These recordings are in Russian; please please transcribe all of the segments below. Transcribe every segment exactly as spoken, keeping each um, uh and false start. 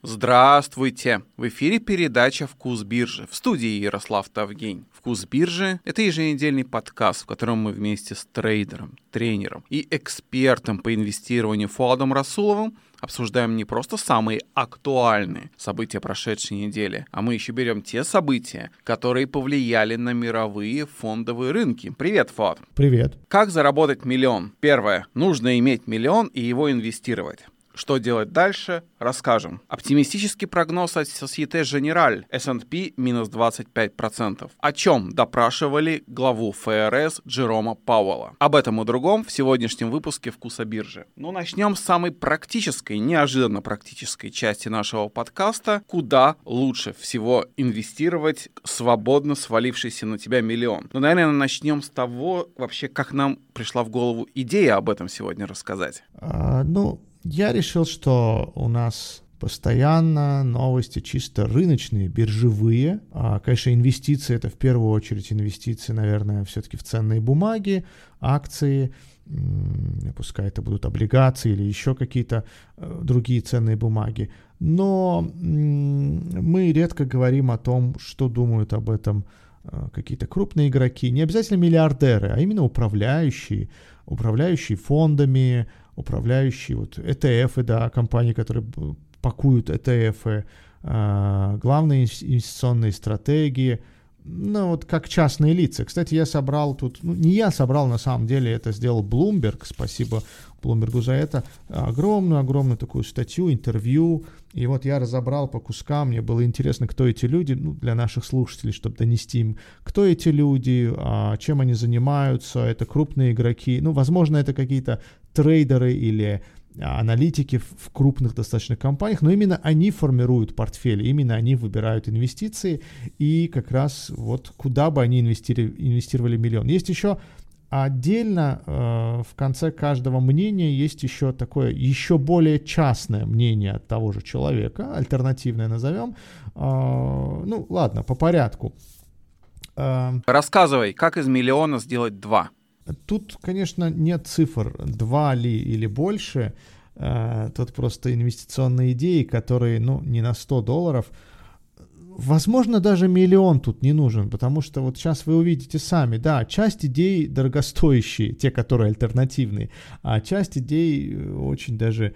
Здравствуйте! В эфире передача «Вкус биржи». В студии Ярослав Тавгень. «Вкус биржи» — это еженедельный подкаст, в котором мы вместе с трейдером, тренером и экспертом по инвестированию Фуадом Расуловым обсуждаем не просто самые актуальные события прошедшей недели, а мы еще берем те события, которые повлияли на мировые фондовые рынки. Привет, Фуад! Привет! Как заработать миллион? Первое. Нужно иметь миллион и его инвестировать. Что делать дальше, расскажем. Оптимистический прогноз от Societe Generale, эс энд пи минус двадцать пять процентов. О чем допрашивали главу эф эр эс Джерома Пауэлла. Об этом и другом в сегодняшнем выпуске «Вкуса биржи». Ну, начнем с самой практической, неожиданно практической части нашего подкаста. Куда лучше всего инвестировать свободно свалившийся на тебя миллион? Ну, наверное, начнем с того, вообще, как нам пришла в голову идея об этом сегодня рассказать. А, ну... Я решил, что у нас постоянно новости чисто рыночные, биржевые. А, конечно, инвестиции — это в первую очередь инвестиции, наверное, все-таки в ценные бумаги, акции, пускай это будут облигации или еще какие-то другие ценные бумаги. Но мы редко говорим о том, что думают об этом какие-то крупные игроки, не обязательно миллиардеры, а именно управляющие, управляющие фондами, управляющие вот и ти эф, да, компании, которые пакуют и ти эф, э, главные инвестиционные стратегии, ну вот как частные лица. Кстати, я собрал тут, ну не я собрал, на самом деле это сделал Bloomberg, спасибо Bloomberg за это, огромную-огромную такую статью, интервью, и вот я разобрал по кускам, мне было интересно, кто эти люди, ну, для наших слушателей, чтобы донести им, кто эти люди, чем они занимаются, это крупные игроки, ну, возможно, это какие-то трейдеры или аналитики в крупных достаточно компаниях, но именно они формируют портфель, именно они выбирают инвестиции, и как раз вот куда бы они инвестировали, инвестировали миллион. Есть еще отдельно э, в конце каждого мнения есть еще такое, еще более частное мнение от того же человека, альтернативное назовем. Э, ну ладно, по порядку. Э, Рассказывай, как из миллиона сделать два? Тут, конечно, нет цифр, два ли или больше. Э, тут просто инвестиционные идеи, которые, ну, не на сто долларов. Возможно, даже миллион тут не нужен, потому что вот сейчас вы увидите сами, да, часть идей дорогостоящие, те, которые альтернативные, а часть идей очень даже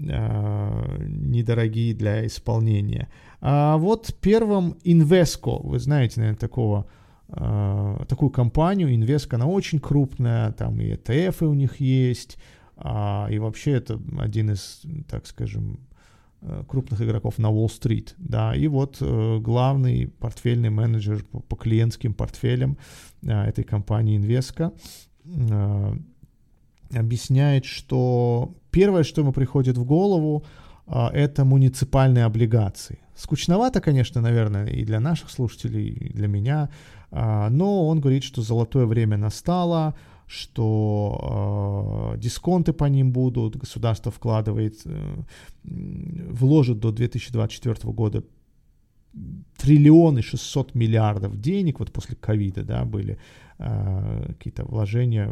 э, недорогие для исполнения. А вот первым Invesco, вы знаете, наверное, такого, э, такую компанию, Invesco, она очень крупная, там и и ти эф у них есть, а, и вообще это один из, так скажем, крупных игроков на Уолл-стрит, да, и вот э, главный портфельный менеджер по, по клиентским портфелям э, этой компании Invesco э, объясняет, что первое, что ему приходит в голову, э, это муниципальные облигации. Скучновато, конечно, наверное, и для наших слушателей, и для меня, э, но он говорит, что золотое время настало, что э, дисконты по ним будут, государство вкладывает, э, вложит до две тысячи двадцать четвёртого года триллион и шестьсот миллиардов денег, вот после ковида, да, были э, какие-то вложения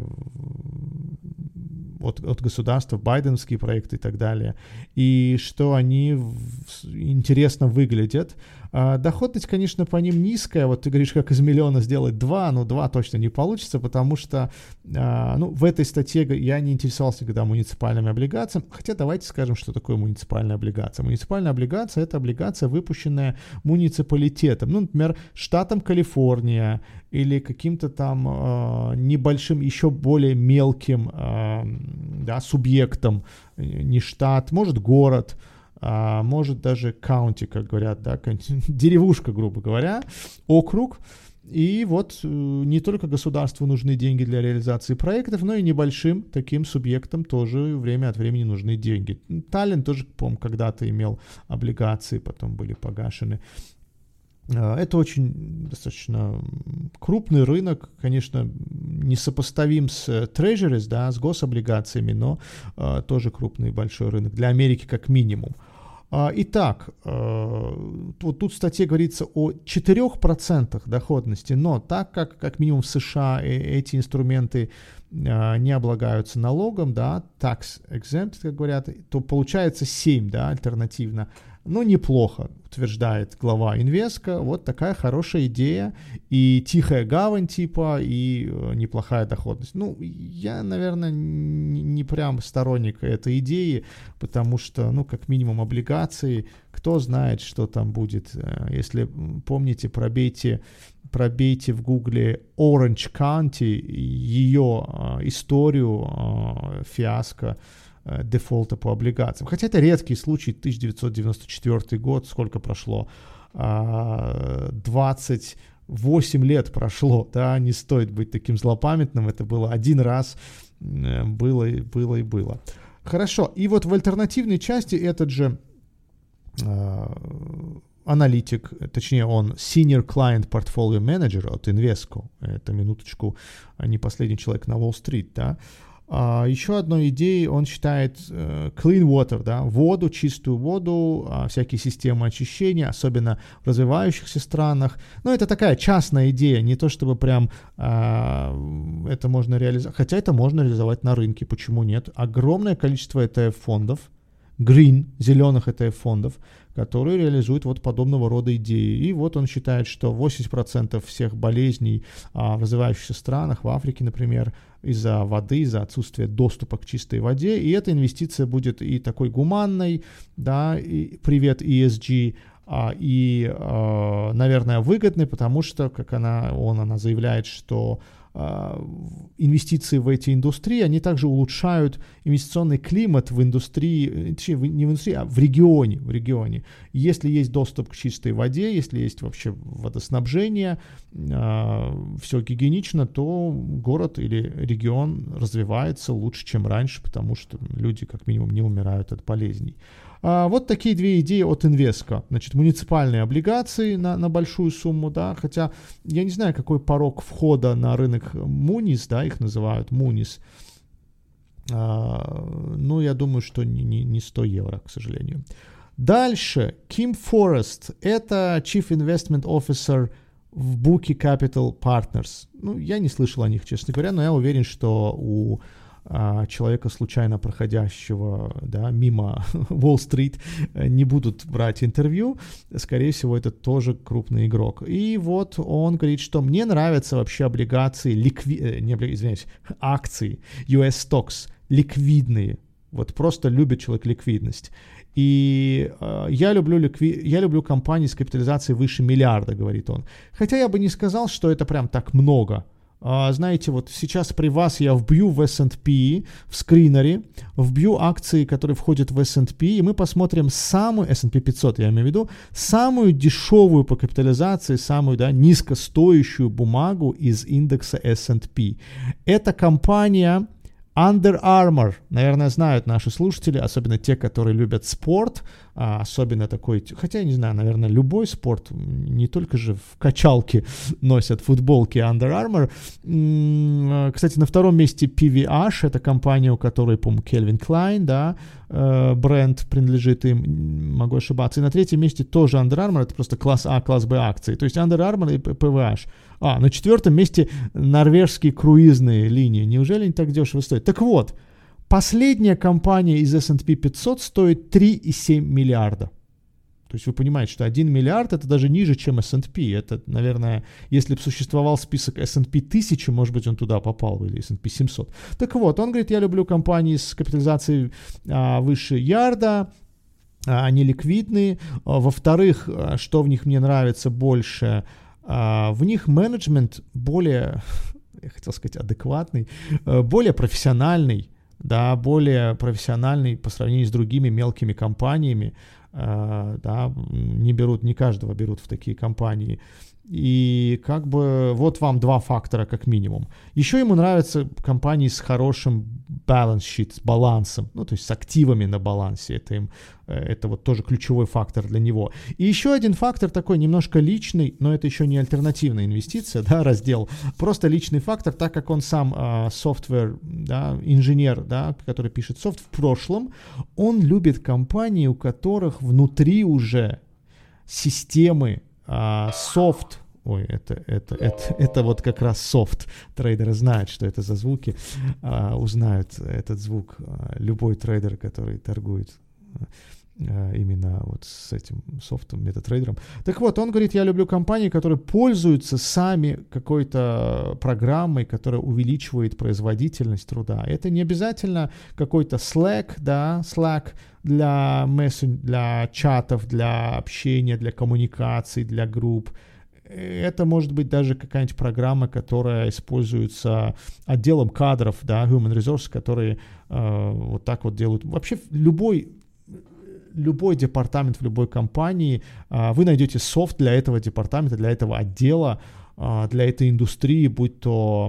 от, от государства, байденовские проекты и так далее, и что они в, интересно выглядят. А доходность, конечно, по ним низкая, вот ты говоришь, как из миллиона сделать два, но два точно не получится, потому что, а, ну, в этой статье я не интересовался никогда муниципальными облигациями, хотя давайте скажем, что такое муниципальная облигация. Муниципальная облигация — это облигация, выпущенная муниципалитетом, ну, например, штатом Калифорния или каким-то там э, небольшим, еще более мелким э, да, субъектом, не штат, может город, а может даже каунти, как говорят, да, деревушка, грубо говоря, округ. И вот э, не только государству нужны деньги для реализации проектов, но и небольшим таким субъектам тоже время от времени нужны деньги. Таллин тоже, по-моему, когда-то имел облигации, потом были погашены. Это очень достаточно крупный рынок, конечно, несопоставим с treasuries, да, с гособлигациями, но э, тоже крупный большой рынок для Америки как минимум. Э, итак, э, вот тут в статье говорится о четырёх процентах доходности, но так как как минимум в США эти инструменты э, не облагаются налогом, да, tax exempt, как говорят, то получается семь, да, альтернативно. Ну, неплохо, утверждает глава Инвеска. Вот такая хорошая идея. И тихая гавань типа, и неплохая доходность. Ну, я, наверное, не прям сторонник этой идеи, потому что, ну, как минимум облигации, кто знает, что там будет. Если помните, пробейте, пробейте в гугле Orange County, ее историю фиаско дефолта по облигациям. Хотя это редкий случай, тысяча девятьсот девяносто четвёртый год, сколько прошло? двадцать восемь лет прошло, да, не стоит быть таким злопамятным, это было один раз, было, было и было. Хорошо, и вот в альтернативной части этот же аналитик, точнее он Senior Client Portfolio Manager от Invesco, это, минуточку, не последний человек на Уолл-стрит, да. А еще одной идеей он считает uh, clean water, да, воду, чистую воду, uh, всякие системы очищения, особенно в развивающихся странах. Но это такая частная идея, не то чтобы прям uh, это можно реализовать, хотя это можно реализовать на рынке, почему нет? Огромное количество и ти эф-фондов, green, зеленых и ти эф-фондов, которые реализуют вот подобного рода идеи. И вот он считает, что восемьдесят процентов всех болезней а, в развивающихся странах, в Африке, например, из-за воды, из-за отсутствия доступа к чистой воде. И эта инвестиция будет и такой гуманной, да, и привет и эс джи, а, и, а, наверное, выгодной, потому что, как она, он, она заявляет, что инвестиции в эти индустрии, они также улучшают инвестиционный климат в индустрии, не в индустрии, а в регионе, в регионе. Если есть доступ к чистой воде, если есть вообще водоснабжение, все гигиенично, то город или регион развивается лучше, чем раньше, потому что люди как минимум не умирают от болезней. Вот такие две идеи от Инвеска. Значит, муниципальные облигации на, на большую сумму, да, хотя я не знаю, какой порог входа на рынок Мунис, да, их называют Мунис. А, ну, я думаю, что не, не, не сто евро, к сожалению. Дальше, Ким Форест, это Chief Investment Officer в Bookie Capital Partners. Ну, я не слышал о них, честно говоря, но я уверен, что у человека, случайно проходящего, да, мимо Уолл-стрит, не будут брать интервью. Скорее всего, это тоже крупный игрок. И вот он говорит, что мне нравятся вообще облигации, ликви... не, извиняюсь, акции ю эс Stocks, ликвидные. Вот просто любит человек ликвидность. И э, я, люблю ликви... я люблю компании с капитализацией выше миллиарда, говорит он. Хотя я бы не сказал, что это прям так много. Знаете, вот сейчас при вас я вбью в эс энд пи, в скринере, вбью акции, которые входят в эс энд пи, и мы посмотрим самую, эс энд пи пятьсот, я имею в виду, самую дешевую по капитализации, самую, да, низкостоящую бумагу из индекса эс энд пи. Это компания Under Armour, наверное, знают наши слушатели, особенно те, которые любят спорт, особенно такой, хотя, я не знаю, наверное, любой спорт, не только же в качалке носят футболки Under Armour. Кстати, на втором месте пи ви эйч, это компания, у которой, по-моему, Calvin Klein, да, бренд принадлежит им, могу ошибаться. И на третьем месте тоже Under Armour, это просто класс А, класс Б акции, то есть Under Armour и пи ви эйч. А, на четвертом месте норвежские круизные линии. Неужели они так дешево стоят? Так вот, последняя компания из эс энд пи пятьсот стоит три целых семь десятых миллиарда. То есть вы понимаете, что один миллиард это даже ниже, чем эс энд пи. Это, наверное, если бы существовал список эс энд пи тысяча, может быть, он туда попал, или эс энд пи семьсот. Так вот, он говорит, я люблю компании с капитализацией а, выше ярда, а, они ликвидные. А, во-вторых, что в них мне нравится больше, а, в них менеджмент более, я хотел сказать, адекватный, более профессиональный, да, более профессиональный по сравнению с другими мелкими компаниями, э, да, не берут, не каждого берут в такие компании. И как бы вот вам два фактора как минимум. Еще ему нравятся компании с хорошим balance sheet, с балансом, ну то есть с активами на балансе. Это, им, это вот тоже ключевой фактор для него. И еще один фактор такой немножко личный, но это еще не альтернативная инвестиция, да, раздел. Просто личный фактор, так как он сам э, software, да, инженер, да, который пишет софт в прошлом, он любит компании, у которых внутри уже системы, софт, uh, ой, это, это, это, это вот как раз софт. Трейдеры знают, что это за звуки, uh, узнают этот звук uh, любой трейдер, который торгует uh, именно вот с этим софтом, MetaTrader. Так вот, он говорит, я люблю компании, которые пользуются сами какой-то программой, которая увеличивает производительность труда. Это не обязательно какой-то Slack, да, Slack для мессен... для чатов, для общения, для коммуникаций, для групп. Это может быть даже какая-нибудь программа, которая используется отделом кадров, да, Human Resources, которые э, вот так вот делают. Вообще любой Любой департамент в любой компании, вы найдете софт для этого департамента, для этого отдела, для этой индустрии, будь то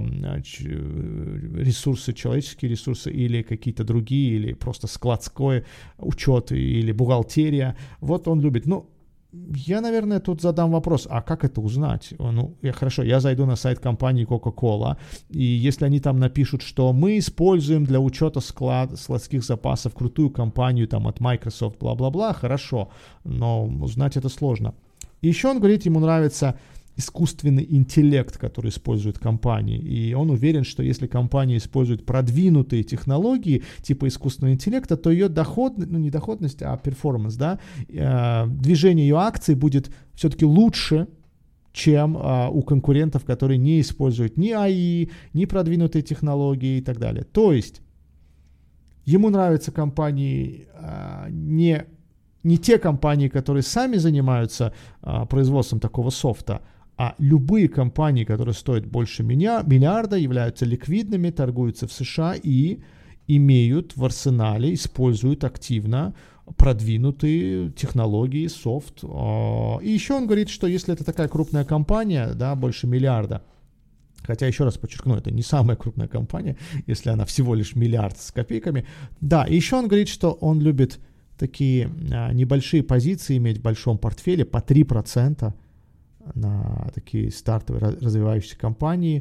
ресурсы, человеческие ресурсы или какие-то другие, или просто складской учет, или бухгалтерия. Вот он любит. Ну, я, наверное, тут задам вопрос, а как это узнать? Ну, я, хорошо, я зайду на сайт компании Coca-Cola, и если они там напишут, что мы используем для учета склад, складских запасов крутую компанию там от Microsoft, бла-бла-бла, хорошо, но узнать это сложно. И еще он говорит, ему нравится искусственный интеллект, который используют компании. И он уверен, что если компания использует продвинутые технологии типа искусственного интеллекта, то ее доходность, ну не доходность, а перформанс, да, э, движение ее акций будет все-таки лучше, чем э, у конкурентов, которые не используют ни эй ай, ни продвинутые технологии и так далее. То есть ему нравятся компании э, не, не те компании, которые сами занимаются э, производством такого софта, а любые компании, которые стоят больше миллиарда, являются ликвидными, торгуются в США и имеют в арсенале, используют активно продвинутые технологии, софт. И еще он говорит, что если это такая крупная компания, да, больше миллиарда, хотя, еще раз подчеркну, это не самая крупная компания, если она всего лишь миллиард с копейками. Да, и еще он говорит, что он любит такие а, небольшие позиции иметь в большом портфеле по три процента на такие стартовые развивающиеся компании.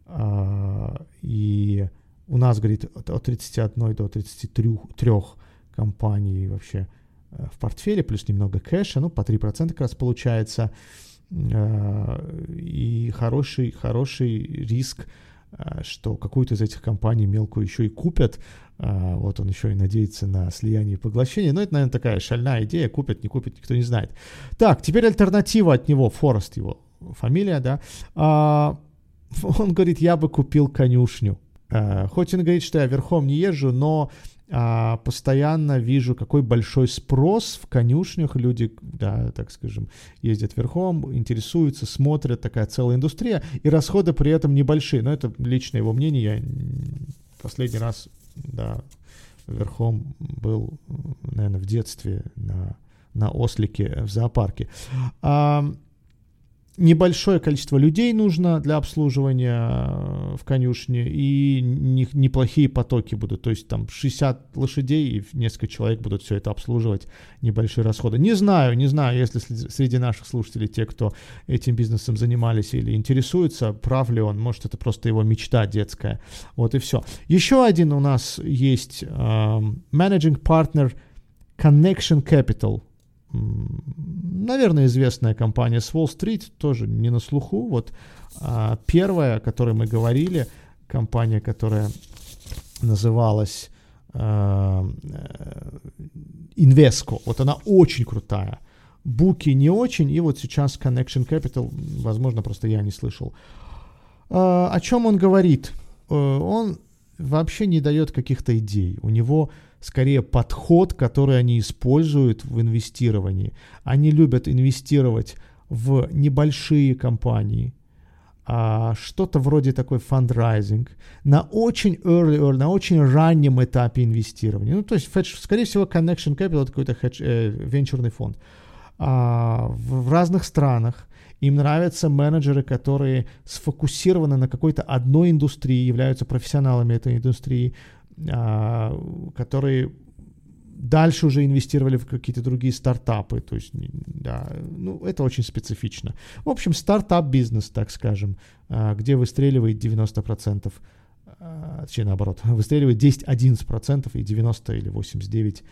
И у нас, говорит, от тридцати одной до тридцати трёх компаний вообще в портфеле, плюс немного кэша, ну, по три процента как раз получается. И хороший, хороший риск, что какую-то из этих компаний мелкую еще и купят. Вот он еще и надеется на слияние и поглощение. Но это, наверное, такая шальная идея. Купят, не купят, никто не знает. Так, теперь альтернатива от него. Форест его фамилия, да. Он говорит, я бы купил конюшню. Хоть он говорит, что я верхом не езжу, но а, постоянно вижу, какой большой спрос в конюшнях. Люди, да, так скажем, ездят верхом, интересуются, смотрят, такая целая индустрия, и расходы при этом небольшие. Но это личное его мнение. Я последний раз, да, верхом был, наверное, в детстве на, на ослике в зоопарке. А, Небольшое количество людей нужно для обслуживания в конюшне, и не, неплохие потоки будут. То есть там шестьдесят лошадей и несколько человек будут все это обслуживать, небольшие расходы. Не знаю, не знаю, если среди наших слушателей те, кто этим бизнесом занимались или интересуются, прав ли он, может, это просто его мечта детская. Вот и все. Еще один у нас есть uh, Managing Partner Connection Capital. Наверное, известная компания с Уолл-стрит, тоже не на слуху. Вот а, первая, о которой мы говорили, компания, которая называлась а, Invesco. Вот она очень крутая. Буки не очень, и вот сейчас Connection Capital, возможно, просто я не слышал. А, о чем он говорит? Он вообще не дает каких-то идей. У него скорее подход, который они используют в инвестировании. Они любят инвестировать в небольшие компании, а, что-то вроде такой фандрайзинг, на очень early, early, на очень раннем этапе инвестирования. Ну, то есть, скорее всего, Connection Capital — это какой-то хедж, э, венчурный фонд. А, в, в разных странах им нравятся менеджеры, которые сфокусированы на какой-то одной индустрии, являются профессионалами этой индустрии, которые дальше уже инвестировали в какие-то другие стартапы. То есть, да, ну, это очень специфично. В общем, стартап-бизнес, так скажем, где выстреливает девяносто процентов, точнее, наоборот, выстреливает десять-одиннадцать процентов и девяносто или восемьдесят девять процентов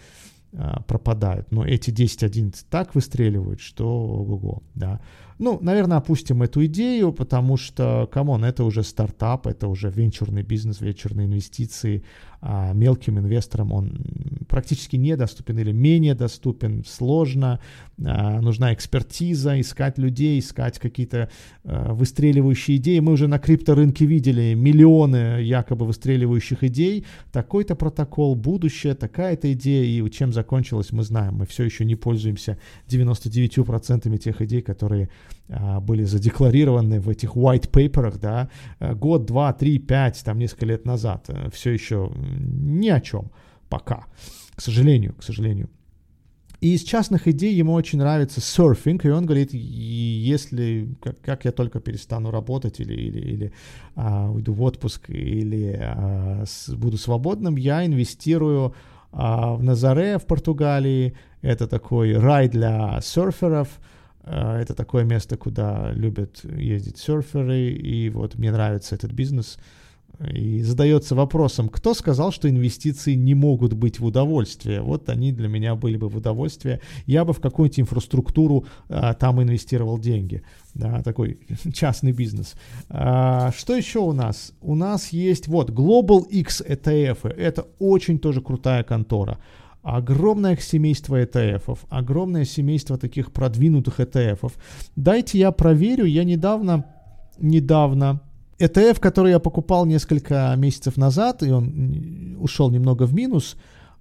а, пропадают. Но эти десять-одиннадцать так выстреливают, что ого-го, да. Ну, наверное, опустим эту идею, потому что, камон, это уже стартап, это уже венчурный бизнес, венчурные инвестиции. А мелким инвесторам он практически недоступен или менее доступен, сложно. А, нужна экспертиза, искать людей, искать какие-то а, выстреливающие идеи. Мы уже на крипторынке видели миллионы якобы выстреливающих идей. Такой-то протокол, будущее, такая-то идея. И чем закончилось, мы знаем. Мы все еще не пользуемся девяносто девять процентов тех идей, которые а, были задекларированы в этих white paper'ах, да, год, два, три, пять, там несколько лет назад. Все еще ни о чем пока, к сожалению, к сожалению. И из частных идей ему очень нравится серфинг, и он говорит, если, как, как я только перестану работать или, или, или а, уйду в отпуск, или а, с, буду свободным, я инвестирую а, в Назаре в Португалии. Это такой рай для серферов. А, это такое место, куда любят ездить серферы, и вот мне нравится этот бизнес. И задается вопросом, кто сказал, что инвестиции не могут быть в удовольствие? Вот они для меня были бы в удовольствие. Я бы в какую-нибудь инфраструктуру а, там инвестировал деньги. Да, такой частный бизнес. А, что еще у нас? У нас есть вот Global X и ти эф. Это очень тоже крутая контора. Огромное семейство и ти эф-ов, огромное семейство таких продвинутых и ти эф-ов. Дайте я проверю. Я недавно, недавно... и ти эф, который я покупал несколько месяцев назад, и он ушел немного в минус,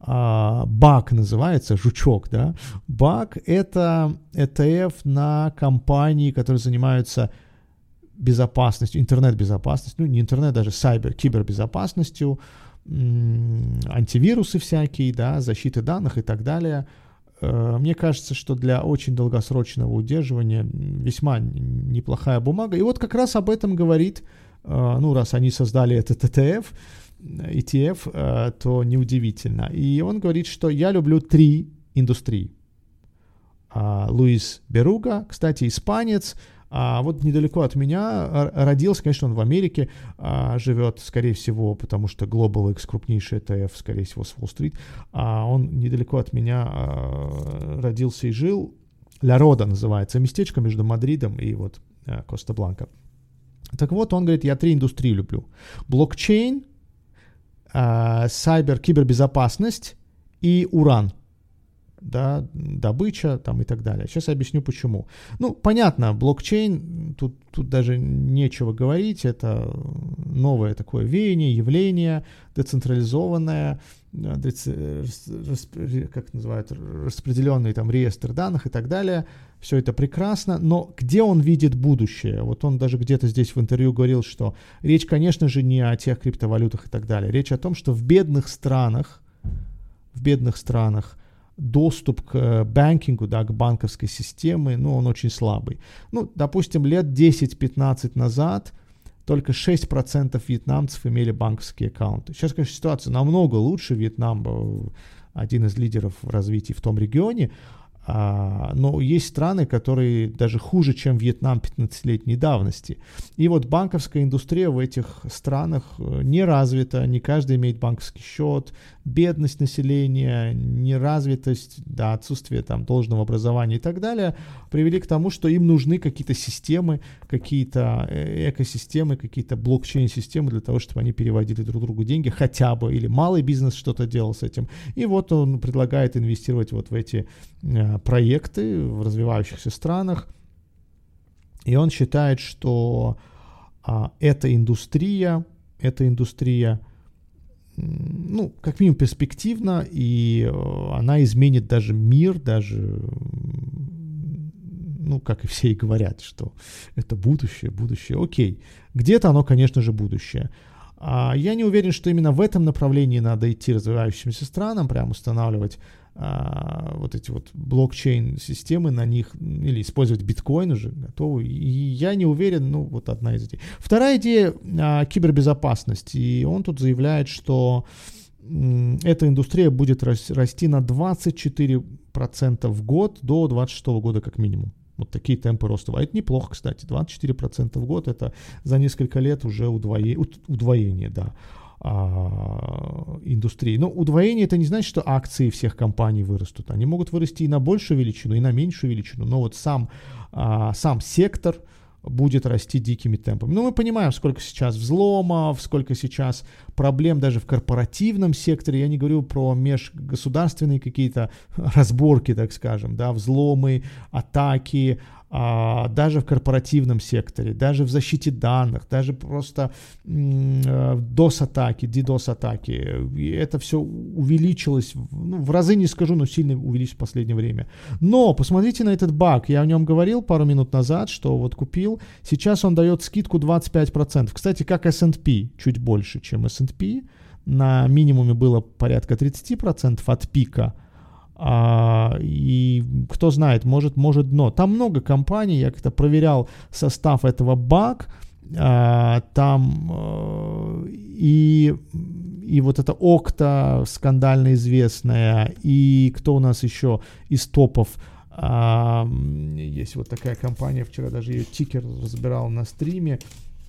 бак называется, жучок, да. бак — это и ти эф на компании, которые занимаются безопасностью, интернет-безопасностью, ну не интернет, даже сайбер, кибербезопасностью, антивирусы всякие, да, защиты данных и так далее. Мне кажется, что для очень долгосрочного удерживания весьма неплохая бумага. И вот как раз об этом говорит, ну, раз они создали этот и ти эф, и ти эф, то неудивительно. И он говорит, что я люблю три индустрии. Луис Беруга, кстати, испанец, а вот недалеко от меня родился, конечно, он в Америке а, живет, скорее всего, потому что Global X крупнейший и ти эф, скорее всего, с Уолл-стрит. А он недалеко от меня а, родился и жил. Ля Рода называется местечко между Мадридом и вот а, Коста-Бланка. Так вот, он говорит, я три индустрии люблю. Блокчейн, а, сайбер, кибербезопасность и уран. Да, добыча там и так далее. Сейчас я объясню, почему. Ну, понятно, блокчейн, тут, тут даже нечего говорить, это новое такое веяние, явление, децентрализованное, как называют, распределенный там реестр данных и так далее. Все это прекрасно, но где он видит будущее? Вот он даже где-то здесь в интервью говорил, что речь, конечно же, не о тех криптовалютах и так далее. Речь о том, что в бедных странах, в бедных странах доступ к банкингу, да, к банковской системе, ну, он очень слабый. Ну, допустим, лет десять-пятнадцать назад только шесть процентов вьетнамцев имели банковские аккаунты. Сейчас, конечно, ситуация намного лучше. Вьетнам один из лидеров в развитии в том регионе. А, но есть страны, которые даже хуже, чем Вьетнам пятнадцатилетней давности. И вот банковская индустрия в этих странах не развита, не каждый имеет банковский счет, бедность населения, неразвитость, да, отсутствие там должного образования и так далее привели к тому, что им нужны какие-то системы, какие-то экосистемы, какие-то блокчейн-системы для того, чтобы они переводили друг другу деньги хотя бы, или малый бизнес что-то делал с этим. И вот он предлагает инвестировать вот в эти проекты в развивающихся странах, и он считает, что а, эта индустрия, эта индустрия, ну, как минимум перспективна, и а, она изменит даже мир, даже, ну, как и все и говорят, что это будущее, будущее, окей, где-то оно, конечно же, будущее. А я не уверен, что именно в этом направлении надо идти развивающимся странам, прям устанавливать а, вот эти вот блокчейн-системы на них, или использовать биткоин уже готовый. И я не уверен, ну, вот одна из идей. Вторая идея а, — кибербезопасность. И он тут заявляет, что м, эта индустрия будет рас, расти на двадцать четыре процента в год до двадцать шестого года как минимум. Вот такие темпы роста. А это неплохо, кстати. двадцать четыре процента в год — это за несколько лет уже удвоение, удвоение, да. а, индустрии. Но удвоение это не значит, что акции всех компаний вырастут. Они могут вырасти и на большую величину, и на меньшую величину. Но вот сам, а, сам сектор будет расти дикими темпами. Ну, мы понимаем, сколько сейчас взломов, сколько сейчас проблем даже в корпоративном секторе. Я не говорю про межгосударственные какие-то разборки, так скажем, да, взломы, атаки, а, даже в корпоративном секторе, даже в защите данных, даже просто дос-атаки, дидос-атаки. И это все увеличилось, ну, в разы не скажу, но сильно увеличилось в последнее время. Но посмотрите на этот баг. Я о нем говорил пару минут назад, что вот купил. Сейчас он дает скидку двадцать пять процентов. Кстати, как эс энд пи, чуть больше, чем эс энд пи. На минимуме было порядка тридцать процентов от пика. А, и кто знает, может, может дно. Там много компаний, я как-то проверял состав этого баг, а, там а, и, и вот это Okta скандально известная, и кто у нас еще из топов, а, есть вот такая компания, вчера даже ее тикер разбирал на стриме,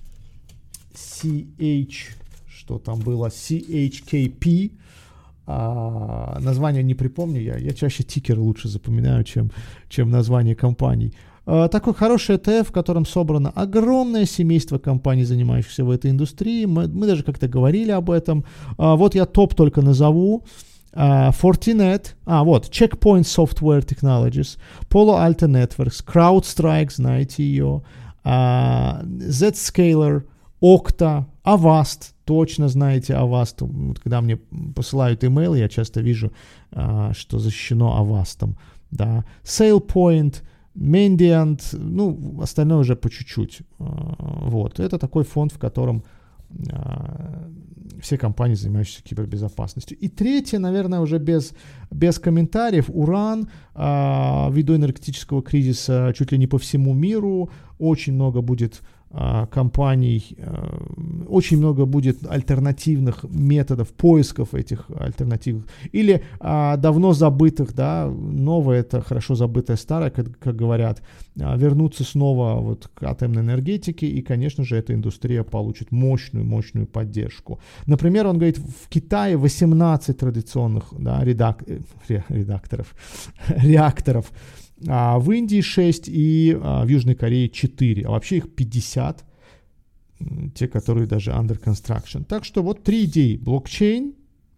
си эйч, что там было, си эйч кей пи, А, название не припомню, я, я чаще тикеры лучше запоминаю, чем, чем название компаний. А, такой хороший и ти эф, в котором собрано огромное семейство компаний, занимающихся в этой индустрии. Мы, мы даже как-то говорили об этом. А, вот я топ только назову. А, Fortinet, а вот, Checkpoint Software Technologies, Palo Alto Networks, CrowdStrike, знаете ее, а, Zscaler, Okta, Avast, точно знаете Avast. Вот когда мне посылают имейл, я часто вижу, а, что защищено Avast. Да. SailPoint, Mandiant, ну, остальное уже по чуть-чуть. А, вот. Это такой фонд, в котором а, все компании, занимающиеся кибербезопасностью. И третье, наверное, уже без, без комментариев, Уран, а, ввиду энергетического кризиса чуть ли не по всему миру, очень много будет компаний, очень много будет альтернативных методов, поисков этих альтернативных, или а, давно забытых, да, новое это хорошо забытое старое, как, как говорят, а, вернуться снова вот к атомной энергетике, и, конечно же, эта индустрия получит мощную, мощную поддержку. Например, он говорит, в Китае восемнадцать традиционных, да, редак, редакторов, реакторов, А в Индии шесть и а, в Южной Корее четыре. А вообще их пятьдесят, те, которые даже under construction. Так что вот три идеи. Блокчейн,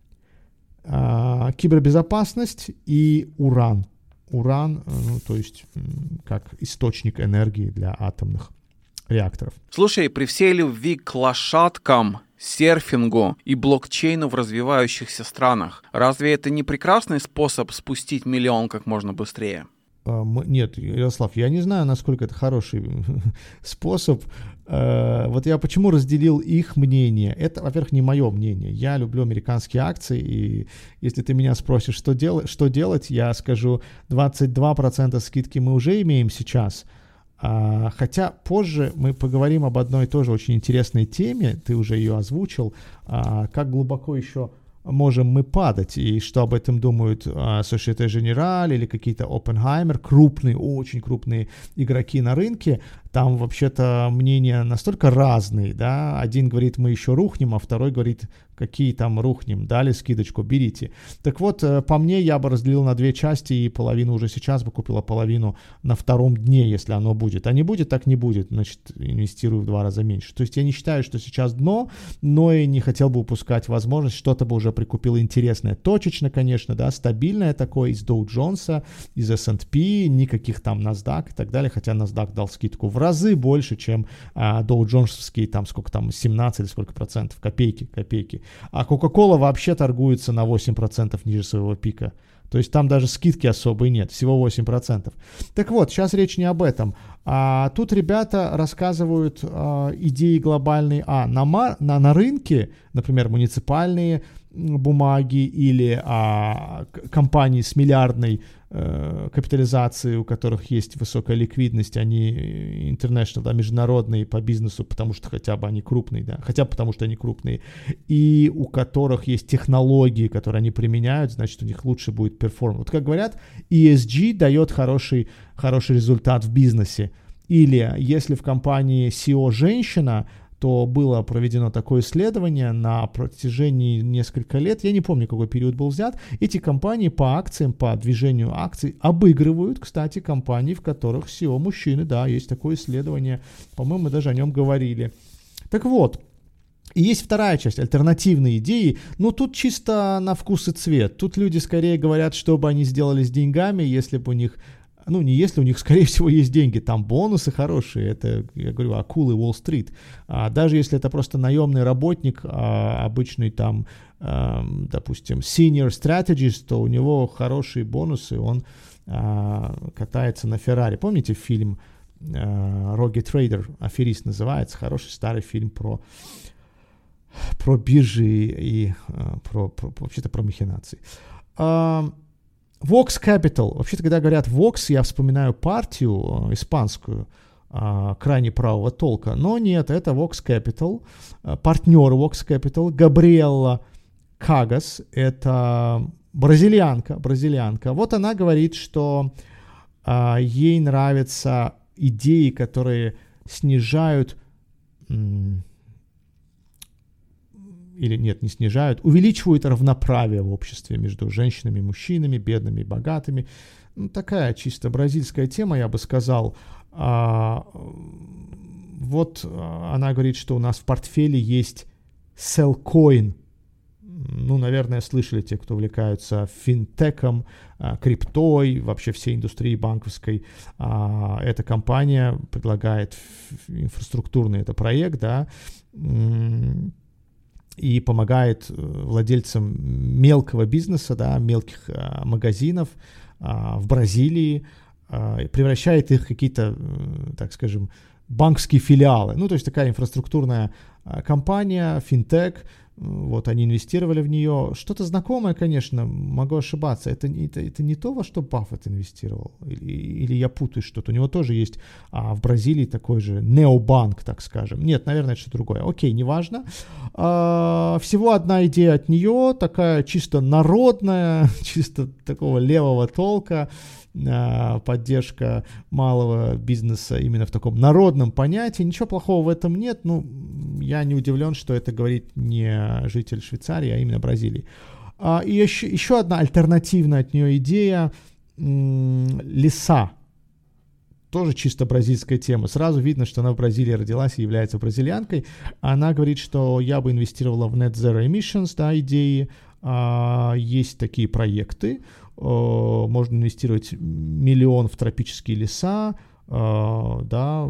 а, кибербезопасность и уран. Уран, ну, то есть как источник энергии для атомных реакторов. Слушай, при всей любви к лошадкам, серфингу и блокчейну в развивающихся странах, разве это не прекрасный способ спустить миллион как можно быстрее? Нет, Ярослав, я не знаю, насколько это хороший способ. Вот я почему разделил их мнение. Это, во-первых, не мое мнение. Я люблю американские акции, и если ты меня спросишь, что, дел- что делать, я скажу, двадцать два процента скидки мы уже имеем сейчас. Хотя позже мы поговорим об одной тоже очень интересной теме, ты уже ее озвучил, как глубоко еще можем мы падать, и что об этом думают uh, Societe Generale или какие-то Oppenheimer, крупные, очень крупные игроки на рынке. Там вообще-то мнения настолько разные, да, один говорит, мы еще рухнем, а второй говорит, какие там рухнем, дали скидочку, берите. Так вот, по мне, я бы разделил на две части, и половину уже сейчас бы купила, половину на втором дне, если оно будет. А не будет, так не будет, значит, инвестирую в два раза меньше. То есть я не считаю, что сейчас дно, но и не хотел бы упускать возможность, что-то бы уже прикупил интересное. Точечно, конечно, да, стабильное такое из Dow Jones, из эс энд пи, никаких там NASDAQ и так далее, хотя NASDAQ дал скидку в разы больше, чем а, Dow Jones'овский, там сколько там, семнадцать или сколько процентов, копейки, копейки. А Coca-Cola вообще торгуется на восемь процентов ниже своего пика. То есть там даже скидки особой нет, всего восемь процентов. Так вот, сейчас речь не об этом. А, тут ребята рассказывают а, идеи глобальные. А, на, на, на рынке, например, муниципальные бумаги или а, компании с миллиардной э, капитализацией, у которых есть высокая ликвидность, они international, да, международные по бизнесу, потому что хотя бы они крупные, да, хотя бы потому что они крупные, и у которых есть технологии, которые они применяют, значит, у них лучше будет перформанс. Вот как говорят, и эс джи дает хороший, хороший результат в бизнесе. Или если в компании си и о женщина, то было проведено такое исследование на протяжении нескольких лет, я не помню, какой период был взят, эти компании по акциям, по движению акций обыгрывают, кстати, компании, в которых си и о мужчины, да, есть такое исследование, по-моему, мы даже о нем говорили. Так вот, и есть вторая часть, альтернативные идеи, но тут чисто на вкус и цвет, тут люди скорее говорят, что бы они сделали с деньгами, если бы у них... Ну, не если, у них, скорее всего, есть деньги, там бонусы хорошие, это, я говорю, акулы Уолл-стрит. А даже если это просто наемный работник, а, обычный там, а, допустим, senior strategist, то у него хорошие бонусы, он а, катается на Феррари. Помните фильм а, «Роги Трейдер», «Аферист» называется, хороший старый фильм про, про биржи и а, про, про, вообще-то про махинации. А, Vox Capital. Вообще-то, когда говорят Vox, я вспоминаю партию э, испанскую, э, крайне правого толка. Но нет, это Vox Capital. Э, партнер Vox Capital Габриэлла Кагас. Это бразильянка, бразильянка. Вот она говорит, что э, ей нравятся идеи, которые снижают... М- или нет, не снижают, увеличивают равноправие в обществе между женщинами и мужчинами, бедными и богатыми. Ну, такая чисто бразильская тема, я бы сказал. А, вот она говорит, что у нас в портфеле есть Cellcoin. Ну, наверное, слышали те, кто увлекаются финтеком, криптой, вообще всей индустрией банковской. А, эта компания предлагает инфраструктурный это проект, да, и помогает владельцам мелкого бизнеса, да, мелких а, магазинов а, в Бразилии, а, превращает их в какие-то, так скажем, банковские филиалы. Ну, то есть такая инфраструктурная а, компания, финтек, вот они инвестировали в нее. Что-то знакомое, конечно, могу ошибаться. Это, это, это не то, во что Баффет инвестировал. Или, или я путаю что-то. У него тоже есть а, в Бразилии такой же необанк, так скажем. Нет, наверное, это что-то другое. Окей, неважно. А, всего одна идея от нее, такая чисто народная, чисто такого левого толка. Поддержка малого бизнеса именно в таком народном понятии. Ничего плохого в этом нет. Ну, я не удивлен, что это говорит не житель Швейцарии, а именно Бразилии. И еще, еще одна альтернативная от нее идея — леса. Тоже чисто бразильская тема. Сразу видно, что она в Бразилии родилась и является бразильянкой. Она говорит, что я бы инвестировала в Net Zero Emissions, да, идеи. Есть такие проекты. Можно инвестировать миллион в тропические леса, да,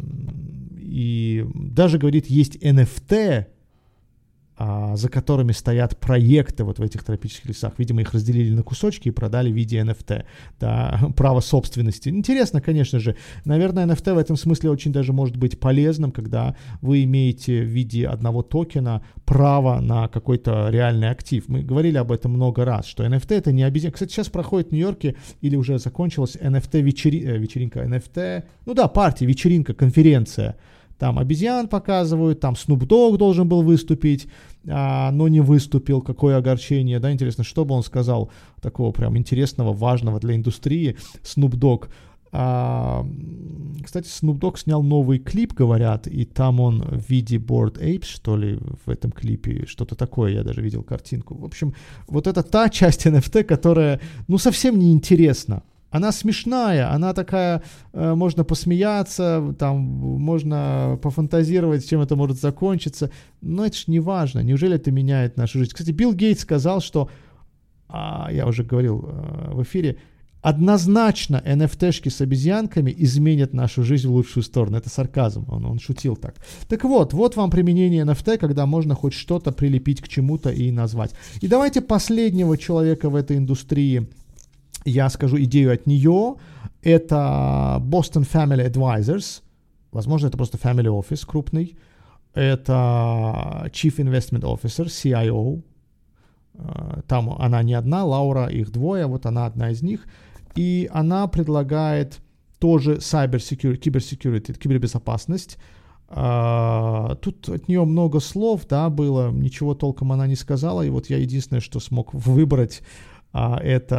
и даже, говорит, есть эн эф ти, за которыми стоят проекты вот в этих тропических лесах. Видимо, их разделили на кусочки и продали в виде эн эф ти, да, право собственности. Интересно, конечно же. Наверное, эн эф ти в этом смысле очень даже может быть полезным, когда вы имеете в виде одного токена право на какой-то реальный актив. Мы говорили об этом много раз, что эн эф ти это не обезьяна. Кстати, сейчас проходит в Нью-Йорке, или уже закончилась эн эф ти вечери... вечеринка, эн эф ти, ну да, партия, вечеринка, конференция. Там обезьян показывают, там Snoop Dogg должен был выступить, а, но не выступил. Какое огорчение, да, интересно, что бы он сказал такого прям интересного, важного для индустрии Snoop Dogg. А, кстати, Snoop Dogg снял новый клип, говорят, и там он в виде Bored Apes, что ли, в этом клипе, что-то такое, я даже видел картинку. В общем, вот это та часть эн эф ти, которая, ну, совсем не интересна. Она смешная, она такая, э, можно посмеяться, там, можно пофантазировать, чем это может закончиться, но это ж не важно, неужели это меняет нашу жизнь? Кстати, Билл Гейтс сказал, что, а, я уже говорил э, в эфире, однозначно эн эф ти-шки с обезьянками изменят нашу жизнь в лучшую сторону. Это сарказм, он, он шутил так. Так вот, вот вам применение эн эф ти, когда можно хоть что-то прилепить к чему-то и назвать. И давайте последнего человека в этой индустрии, я скажу идею от нее. Это Boston Family Advisors. Возможно, это просто Family Office крупный. Это Chief Investment Officer, си ай о. Там она не одна, Лаура, их двое, вот она одна из них. И она предлагает тоже cyber security, киберсекьюрити, кибербезопасность. Тут от нее много слов, да, было, ничего толком она не сказала. И вот я единственное, что смог выбрать, это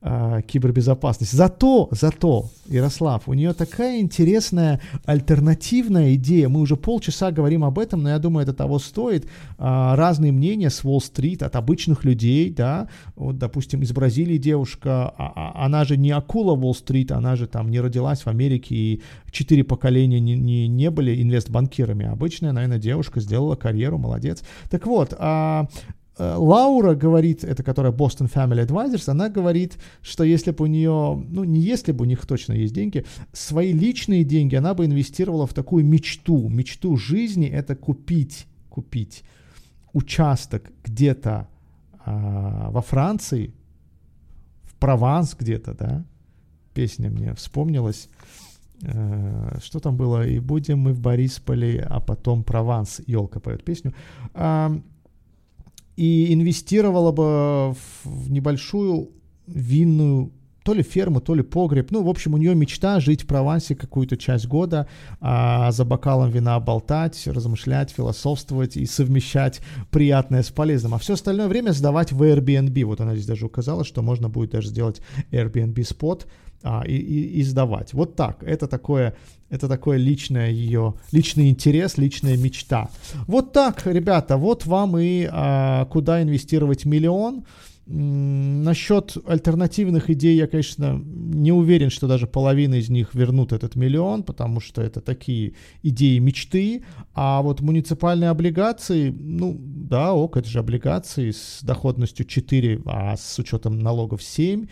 э, кибербезопасность. Зато, зато, Ярослав, у нее такая интересная альтернативная идея. Мы уже полчаса говорим об этом, но я думаю, это того стоит. Э, разные мнения с Уолл-стрит от обычных людей, да. Вот, допустим, из Бразилии девушка, а, а, она же не акула Уолл-стрит, она же там не родилась в Америке, и четыре поколения не, не, не были инвестбанкирами. Обычная, наверное, девушка сделала карьеру, молодец. Так вот, а, Лаура говорит, это которая Boston Family Advisors, она говорит, что если бы у нее, ну не если бы, у них точно есть деньги, свои личные деньги она бы инвестировала в такую мечту. Мечту жизни — это купить, купить участок где-то а, во Франции, в Прованс где-то, да, песня мне вспомнилась. Uh, что там было? И будем мы в Борисполе, а потом Прованс. Елка поет песню. Uh, и инвестировала бы в, в небольшую винную, то ли ферму, то ли погреб. Ну, в общем, у нее мечта жить в Провансе какую-то часть года, а за бокалом вина болтать, размышлять, философствовать и совмещать приятное с полезным. А все остальное время сдавать в Airbnb. Вот она здесь даже указала, что можно будет даже сделать Airbnb-спот, А, и, и, и сдавать. Вот так. Это такое, это такое личное ее, личный интерес, личная мечта. Вот так, ребята, вот вам и а, куда инвестировать миллион. М-м, насчет альтернативных идей я, конечно, не уверен, что даже половина из них вернут этот миллион, потому что это такие идеи мечты. А вот муниципальные облигации, ну да, ок, это же облигации с доходностью четыре, а с учетом налогов семь.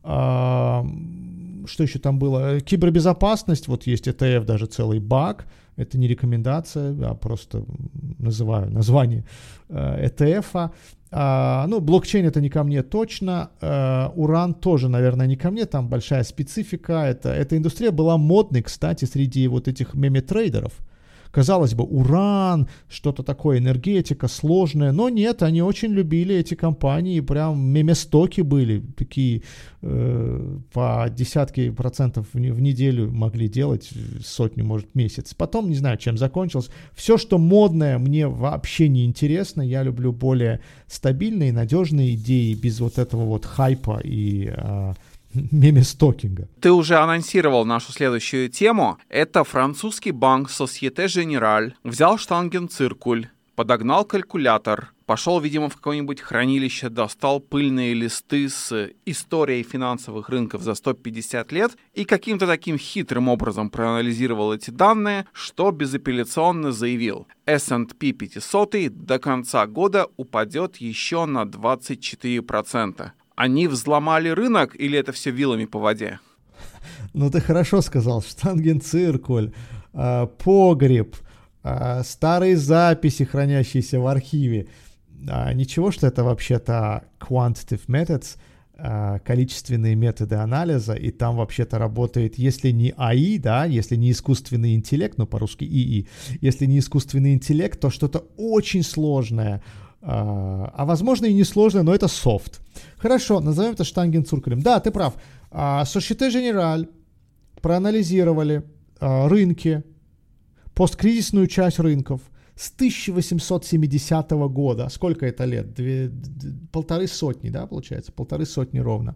А, что еще там было? Кибербезопасность, вот есть и ти эф, даже целый баг, это не рекомендация, а просто называю название и ти эф. А, ну, блокчейн — это не ко мне точно, а, уран тоже, наверное, не ко мне, там большая специфика, это, эта индустрия была модной, кстати, среди вот этих меме-трейдеров. Казалось бы, уран, что-то такое, энергетика сложная, но нет, они очень любили эти компании, прям меместоки были, такие э, по десятки процентов в, в неделю могли делать, сотню, может, месяц. Потом, не знаю, чем закончилось. Все, что модное, мне вообще не интересно, я люблю более стабильные, надежные идеи, без вот этого вот хайпа и... Э, меместокинга. Ты уже анонсировал нашу следующую тему. Это французский банк Société Générale взял штангенциркуль, подогнал калькулятор, пошел, видимо, в какое-нибудь хранилище, достал пыльные листы с историей финансовых рынков за сто пятьдесят лет и каким-то таким хитрым образом проанализировал эти данные, что безапелляционно заявил: эс энд пи пятьсот до конца года упадет еще на двадцать четыре процента. Они взломали рынок или это все вилами по воде? Ну, ты хорошо сказал. Штангенциркуль, э, погреб, э, старые записи, хранящиеся в архиве. Э, ничего, что это вообще-то quantitative methods, э, количественные методы анализа, и там вообще-то работает, если не эй ай, да, если не искусственный интеллект, ну, по-русски ИИ, если не искусственный интеллект, то что-то очень сложное, а, а возможно и несложное, но это софт. Хорошо, назовем это штангенциркулем. Да, ты прав. А, Société Générale проанализировали а, рынки, посткризисную часть рынков с тысяча восемьсот семидесятого года. Сколько это лет? Две, д, полторы сотни, да, получается? Полторы сотни ровно.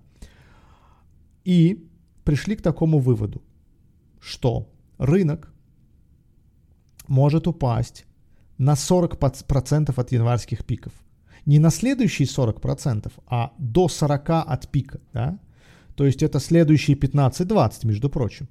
И пришли к такому выводу, что рынок может упасть на сорок процентов от январских пиков. Не на следующие сорок процентов, а до сорок процентов от пика. Да? То есть это следующие пятнадцать-двадцать, между прочим.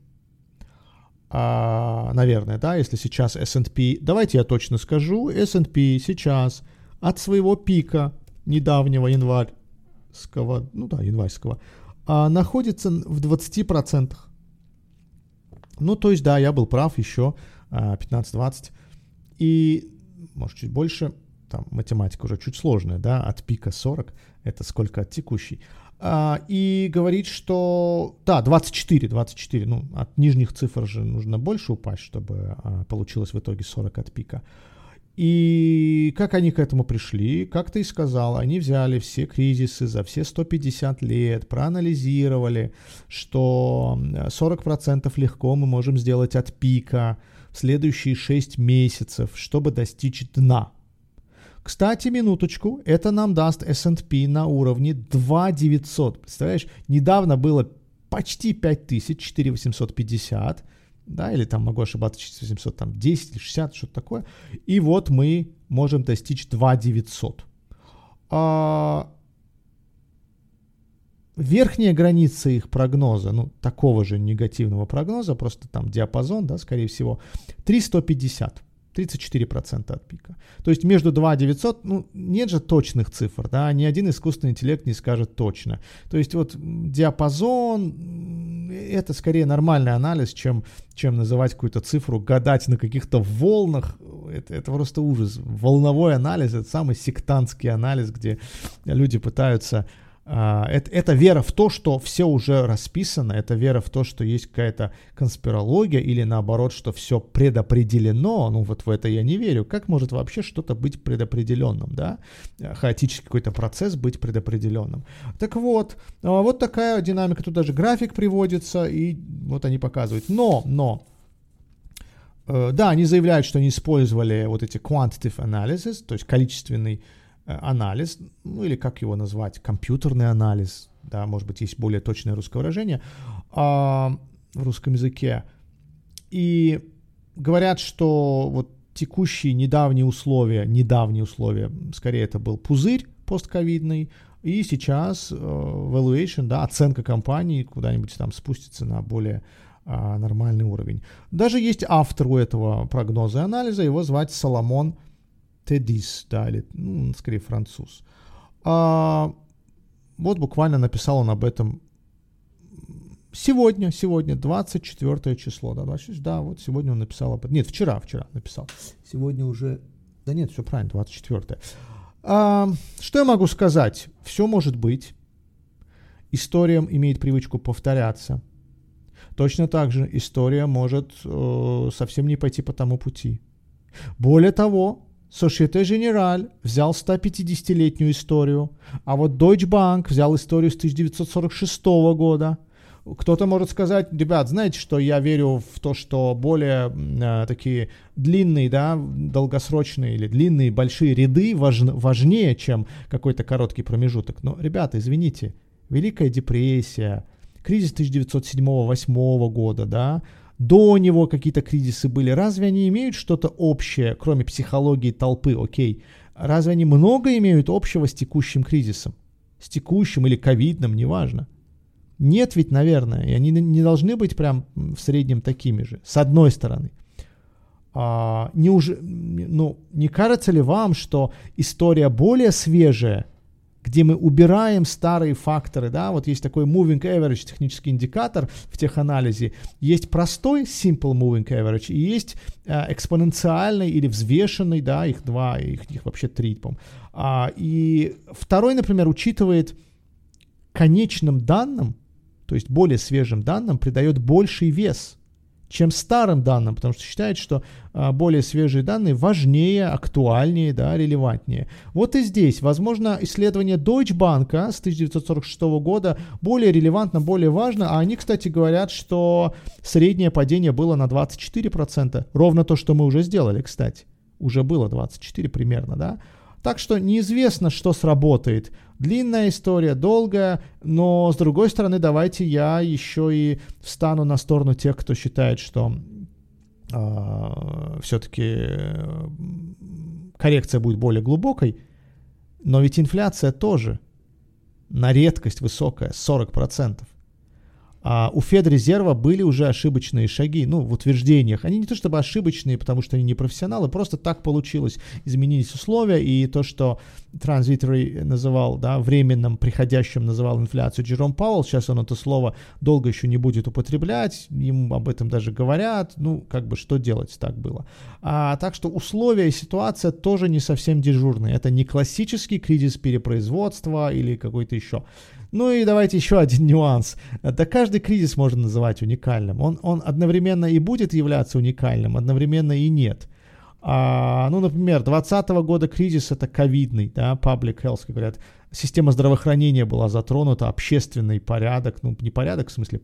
А, наверное, да, если сейчас эс энд пи... Давайте я точно скажу. эс энд пи сейчас от своего пика недавнего январского, ну да, январского, а, находится в двадцати процентах. Ну, то есть, да, я был прав еще а, пятнадцать-двадцать. И, может, чуть больше, там математика уже чуть сложная, да, от пика сорок, это сколько от текущей. А, и говорит, что, да, двадцать четыре, двадцать четыре, ну, от нижних цифр же нужно больше упасть, чтобы а, получилось в итоге сорок от пика. И как они к этому пришли? Как ты и сказал, они взяли все кризисы за все сто пятьдесят лет, проанализировали, что сорок процентов легко мы можем сделать от пика в следующие шесть месяцев, чтобы достичь дна. Кстати, минуточку, это нам даст эс энд пи на уровне два тысячи девятьсот. Представляешь, недавно было почти пять тысяч, четыре тысячи восемьсот пятьдесят, да, или там могу ошибаться, четыре тысячи восемьсот десять или шестьдесят, что-то такое. И вот мы можем достичь два тысячи девятьсот. А... Верхняя граница их прогноза, ну, такого же негативного прогноза, просто там диапазон, да, скорее всего, три тысячи сто пятьдесят, тридцать четыре процента от пика. То есть между два тысячи девятьсот, ну, нет же точных цифр, да, ни один искусственный интеллект не скажет точно. То есть вот диапазон, это скорее нормальный анализ, чем, чем называть какую-то цифру, гадать на каких-то волнах, это, это просто ужас. Волновой анализ, это самый сектантский анализ, где люди пытаются... Это, это вера в то, что все уже расписано, это вера в то, что есть какая-то конспирология или наоборот, что все предопределено. Ну вот в это я не верю. Как может вообще что-то быть предопределенным, да? Хаотический какой-то процесс быть предопределенным. Так вот, вот такая динамика. Тут даже график приводится, и вот они показывают. Но, но, да, они заявляют, что они использовали вот эти quantitative analysis, то есть количественный анализ, ну или как его назвать, компьютерный анализ, да, может быть, есть более точное русское выражение а, в русском языке. И говорят, что вот текущие недавние условия, недавние условия, скорее это был пузырь постковидный, и сейчас uh, valuation, да, оценка компании куда-нибудь там спустится на более uh, нормальный уровень. Даже есть автор у этого прогноза и анализа, его звать Соломон Тедис, да, или, ну, скорее, француз. А, вот буквально написал он об этом сегодня, сегодня, двадцать четвёртое число, да, двадцать шесть, да, вот сегодня он написал об этом. Нет, вчера, вчера написал. Сегодня уже, да нет, все правильно, двадцать четвёртое. А, что я могу сказать? Все может быть. История имеет привычку повторяться. Точно так же история может э, совсем не пойти по тому пути. Более того, Societe Generale взял сто пятидесятилетнюю историю, а вот Deutsche Bank взял историю с тысяча девятьсот сорок шестого года. Кто-то может сказать, ребят, знаете, что я верю в то, что более э, такие длинные, да, долгосрочные или длинные большие ряды важ, важнее, чем какой-то короткий промежуток. Но, ребята, извините, Великая депрессия, кризис тысяча девятьсот седьмого-восьмого года, да, до него какие-то кризисы были. Разве они имеют что-то общее, кроме психологии толпы? Окей. Разве они много имеют общего с текущим кризисом? С текущим или ковидным, неважно. Нет ведь, наверное. И они не должны быть прям в среднем такими же. С одной стороны. А, не, уже, ну, не кажется ли вам, что история более свежая, где мы убираем старые факторы, да, вот есть такой moving average, технический индикатор в теханализе, есть простой simple moving average и есть э, экспоненциальный или взвешенный, да, их два, их, их вообще три, по-моему. А, и второй, например, учитывает конечным данным, то есть более свежим данным, придает больший вес, чем старым данным, потому что считает, что а, более свежие данные важнее, актуальнее, да, релевантнее. Вот и здесь, возможно, исследование Deutsche Bank с тысяча девятьсот сорок шестого года более релевантно, более важно, а они, кстати, говорят, что среднее падение было на двадцать четыре процента, ровно то, что мы уже сделали, кстати, уже было двадцать четыре примерно, да. Так что неизвестно, что сработает. Длинная история, долгая, но с другой стороны, давайте я еще и встану на сторону тех, кто считает, что э, все-таки коррекция будет более глубокой, но ведь инфляция тоже на редкость высокая, сорок процентов. А у Федрезерва были уже ошибочные шаги, ну, в утверждениях. Они не то чтобы ошибочные, потому что они не профессионалы, просто так получилось. Изменились условия, и то, что Transitory называл, да, временным, приходящим называл инфляцию Джером Пауэлл, сейчас он это слово долго еще не будет употреблять, ему об этом даже говорят, ну, как бы, что делать, так было. А, так что условия и ситуация тоже не совсем дежурные. Это не классический кризис перепроизводства или какой-то еще. Ну и давайте еще один нюанс. Да каждый кризис можно называть уникальным. Он, он одновременно и будет являться уникальным, одновременно и нет. А, ну, например, двадцатого года кризис это ковидный, да, public health, как говорят. Система здравоохранения была затронута, общественный порядок, ну, не порядок в смысле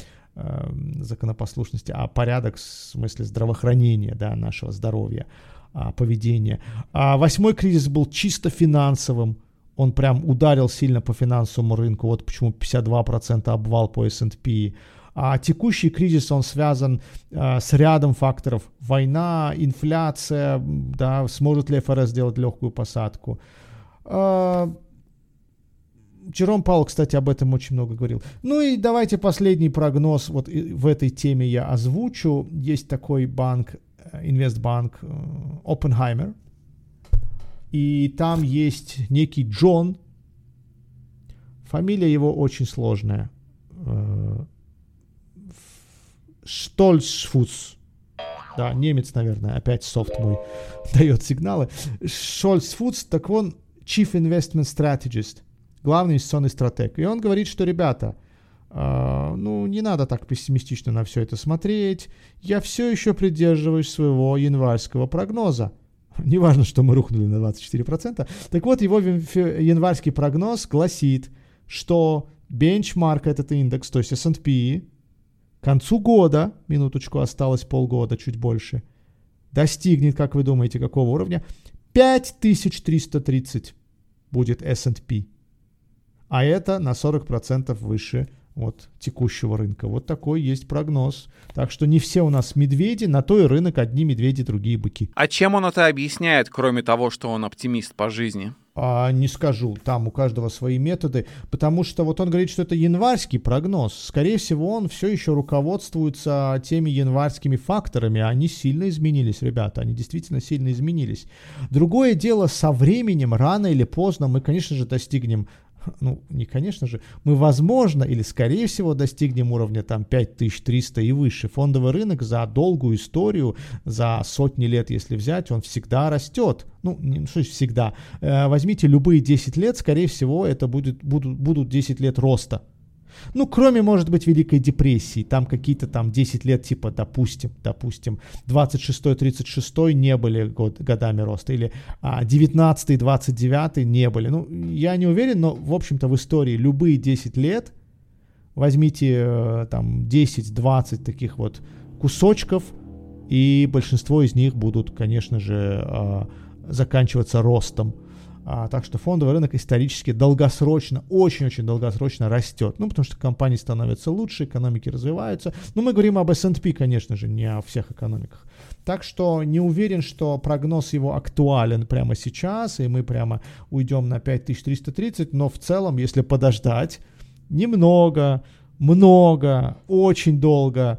э, законопослушности, а порядок в смысле здравоохранения, да, нашего здоровья. а, поведение. А восьмой кризис был чисто финансовым. Он прям ударил сильно по финансовому рынку. Вот почему пятьдесят два процента обвал по эс энд пи. А текущий кризис, он связан а, с рядом факторов. Война, инфляция, да, сможет ли эф эр эс сделать легкую посадку. А, Джером Пауэлл, кстати, об этом очень много говорил. Ну и давайте последний прогноз вот в этой теме я озвучу. Есть такой банк, инвестбанк Oppenheimer. И там есть некий Джон. Фамилия его очень сложная. Штольцфус. Да, немец, наверное. Опять софт мой дает сигналы. Штольцфус, так он Chief Investment Strategist. Главный инвестиционный стратег. И он говорит, что, ребята, э, ну, не надо так пессимистично на все это смотреть. Я все еще придерживаюсь своего январского прогноза. Неважно, что мы рухнули на двадцать четыре процента. Так вот, его январский прогноз гласит, что бенчмарк, этот индекс, то есть эс энд пи, к концу года, минуточку, осталось полгода, чуть больше, достигнет, как вы думаете, какого уровня? пять тысяч триста тридцать будет эс энд пи. А это на сорок процентов выше от текущего рынка. Вот такой есть прогноз. Так что не все у нас медведи, на то и рынок одни медведи, другие быки. А чем он это объясняет, кроме того, что он оптимист по жизни? А, не скажу, там у каждого свои методы, потому что вот он говорит, что это январский прогноз. Скорее всего, он все еще руководствуется теми январскими факторами. Они сильно изменились, ребята, они действительно сильно изменились. Другое дело, со временем, рано или поздно, мы, конечно же, достигнем, ну, не конечно же, мы, возможно, или скорее всего достигнем уровня там пять тысяч триста и выше. Фондовый рынок за долгую историю, за сотни лет, если взять, он всегда растет. Ну, не, что значит всегда. Э, возьмите любые десять лет, скорее всего, это будет, будут, будут десять лет роста. Ну, кроме, может быть, Великой депрессии, там какие-то там десять лет, типа, допустим, допустим, двадцать шестой тридцать шестой не были год, годами роста, или а, девятнадцатый двадцать девятый не были. Ну, я не уверен, но, в общем-то, в истории любые десять лет, возьмите э, там десять-двадцать таких вот кусочков, и большинство из них будут, конечно же, э, заканчиваться ростом. А, так что фондовый рынок исторически долгосрочно, очень-очень долгосрочно растет. Ну, потому что компании становятся лучше, экономики развиваются. Но мы говорим об эс энд пи, конечно же, не о всех экономиках. Так что не уверен, что прогноз его актуален прямо сейчас, и мы прямо уйдем на пять тысяч триста тридцать. Но в целом, если подождать немного, много, очень долго,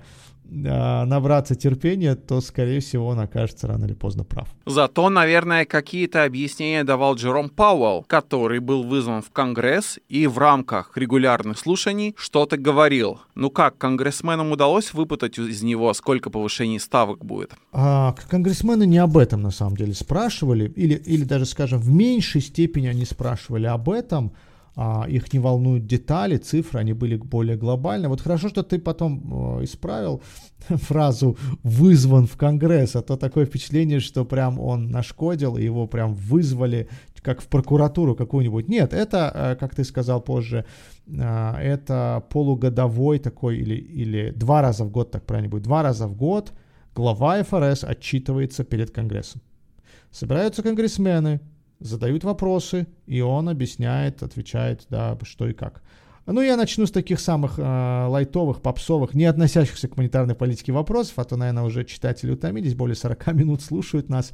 набраться терпения, то, скорее всего, он окажется рано или поздно прав. Зато, наверное, какие-то объяснения давал Джером Пауэлл, который был вызван в Конгресс и в рамках регулярных слушаний что-то говорил. Ну как, конгрессменам удалось выпытать из него, сколько повышений ставок будет? А, конгрессмены не об этом, на самом деле, спрашивали, или, или даже, скажем, в меньшей степени они спрашивали об этом. А, их не волнуют детали, цифры, они были более глобальны. Вот хорошо, что ты потом э, исправил фразу «вызван в Конгресс», а то такое впечатление, что прям он нашкодил, и его прям вызвали, как в прокуратуру какую-нибудь. Нет, это, э, как ты сказал позже, э, это полугодовой такой, или, или два раза в год, так правильно будет, два раза в год глава эф эр эс отчитывается перед Конгрессом. Собираются конгрессмены, задают вопросы, и он объясняет, отвечает, да, что и как. Ну, я начну с таких самых э, лайтовых, попсовых, не относящихся к монетарной политике вопросов, а то, наверное, уже читатели утомились, более сорок минут слушают нас.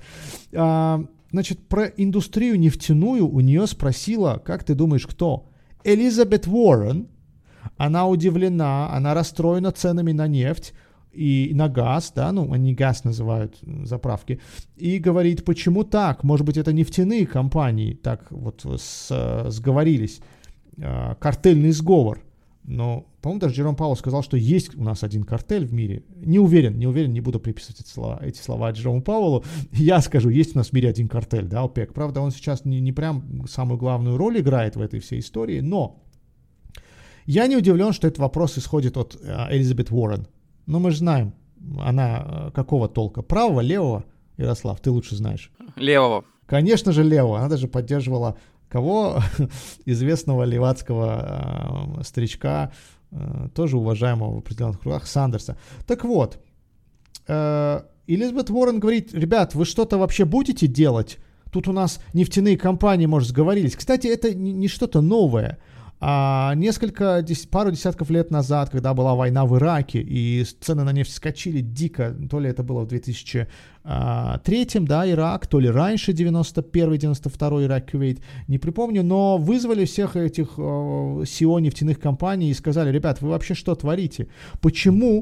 А, значит, про индустрию нефтяную у нее спросила, как ты думаешь, кто? Элизабет Уоррен. Она удивлена, она расстроена ценами на нефть и на газ, да, ну, они газ называют, заправки, и говорит, почему так? Может быть, это нефтяные компании так вот с, сговорились, э, картельный сговор. Но, по-моему, даже Джером Пауэлл сказал, что есть у нас один картель в мире. Не уверен, не уверен, не буду приписывать эти слова, эти слова Джерому Пауэллу. Я скажу, есть у нас в мире один картель, да, ОПЕК. Правда, он сейчас не, не прям самую главную роль играет в этой всей истории, но я не удивлен, что этот вопрос исходит от э, Элизабет Уоррен. Но мы же знаем, она какого толка? Правого, левого? Ярослав, ты лучше знаешь. Левого. Конечно же, левого. Она даже поддерживала кого? Известного левацкого э, старичка, э, тоже уважаемого в определенных кругах, Сандерса. Так вот, э, Элизабет Уоррен говорит, ребят, вы что-то вообще будете делать? Тут у нас нефтяные компании, может, сговорились. Кстати, это не, не что-то новое. А несколько, пару десятков лет назад, когда была война в Ираке, и цены на нефть скачили дико, то ли это было в две тысячи третьем, да, Ирак, то ли раньше, девяносто первый девяносто второй Ирак, Кувейт, не припомню, но вызвали всех этих э, си и о нефтяных компаний и сказали, ребят, вы вообще что творите? Почему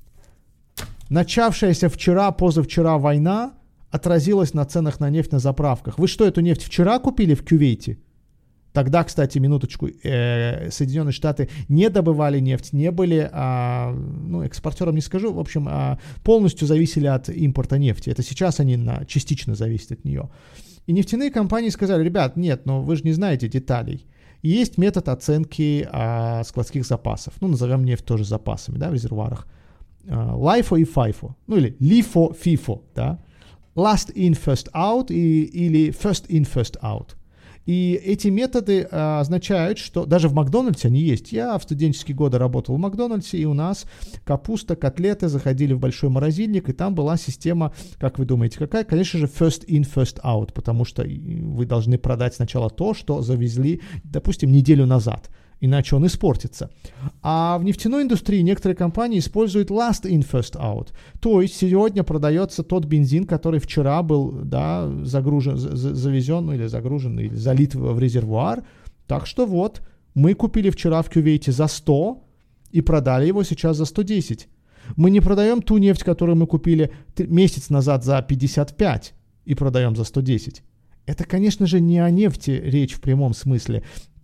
начавшаяся вчера, позавчера война отразилась на ценах на нефть на заправках? Вы что, эту нефть вчера купили в Кувейте? Тогда, кстати, минуточку, э, Соединенные Штаты не добывали нефть, не были, а, ну, экспортером не скажу, в общем, а, полностью зависели от импорта нефти. Это сейчас они на, частично зависят от нее. И нефтяные компании сказали, ребят, нет, но вы же не знаете деталей. Есть метод оценки а, складских запасов. Ну, назовем нефть тоже запасами, да, в резервуарах. А, лайфо и файфо, ну, или лифо, фифо, да. Last in, first out и, или first in, first out. И эти методы а, означают, что даже в Макдональдсе они есть. Я в студенческие годы работал в Макдональдсе, и у нас капуста, котлеты заходили в большой морозильник, и там была система, как вы думаете, какая? Конечно же, first in, first out, потому что вы должны продать сначала то, что завезли, допустим, неделю назад, иначе он испортится. А в нефтяной индустрии некоторые компании используют last in, first out. То есть сегодня продается тот бензин, который вчера был, да, загружен, завезен, ну, или загружен, или залит в резервуар. Так что вот, мы купили вчера в Кувейте за сто и продали его сейчас за сто десять. Мы не продаем ту нефть, которую мы купили месяц назад за пятьдесят пять и продаем за сто десять. Это, конечно же, не о нефти речь в прямом смысле.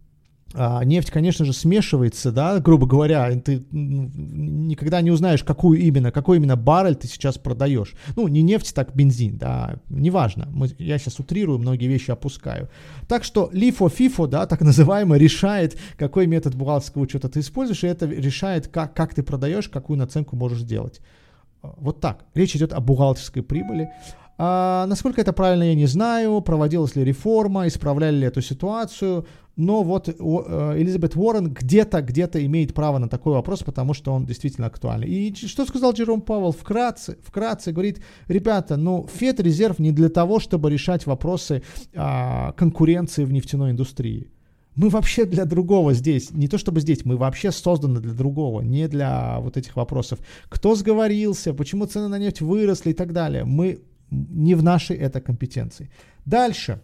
А, нефть, конечно же, смешивается, да, грубо говоря, ты никогда не узнаешь, какую именно, какой именно баррель ты сейчас продаешь. Ну, не нефть, так бензин, да, неважно. Мы, я сейчас утрирую, многие вещи опускаю. Так что лифо-фифо, да, так называемое, решает, какой метод бухгалтерского учета ты используешь, и это решает, как, как ты продаешь, какую наценку можешь сделать. Вот так. Речь идет о бухгалтерской прибыли. А, насколько это правильно, я не знаю, проводилась ли реформа, исправляли ли эту ситуацию, но вот Элизабет Уоррен где-то, где-то имеет право на такой вопрос, потому что он действительно актуальный. И что сказал Джером Пауэлл? Вкратце, вкратце говорит, ребята, ну, Федрезерв не для того, чтобы решать вопросы а, конкуренции в нефтяной индустрии. Мы вообще для другого здесь, не то чтобы здесь, мы вообще созданы для другого, не для вот этих вопросов. Кто сговорился, почему цены на нефть выросли и так далее. Мы не в нашей это компетенции. Дальше.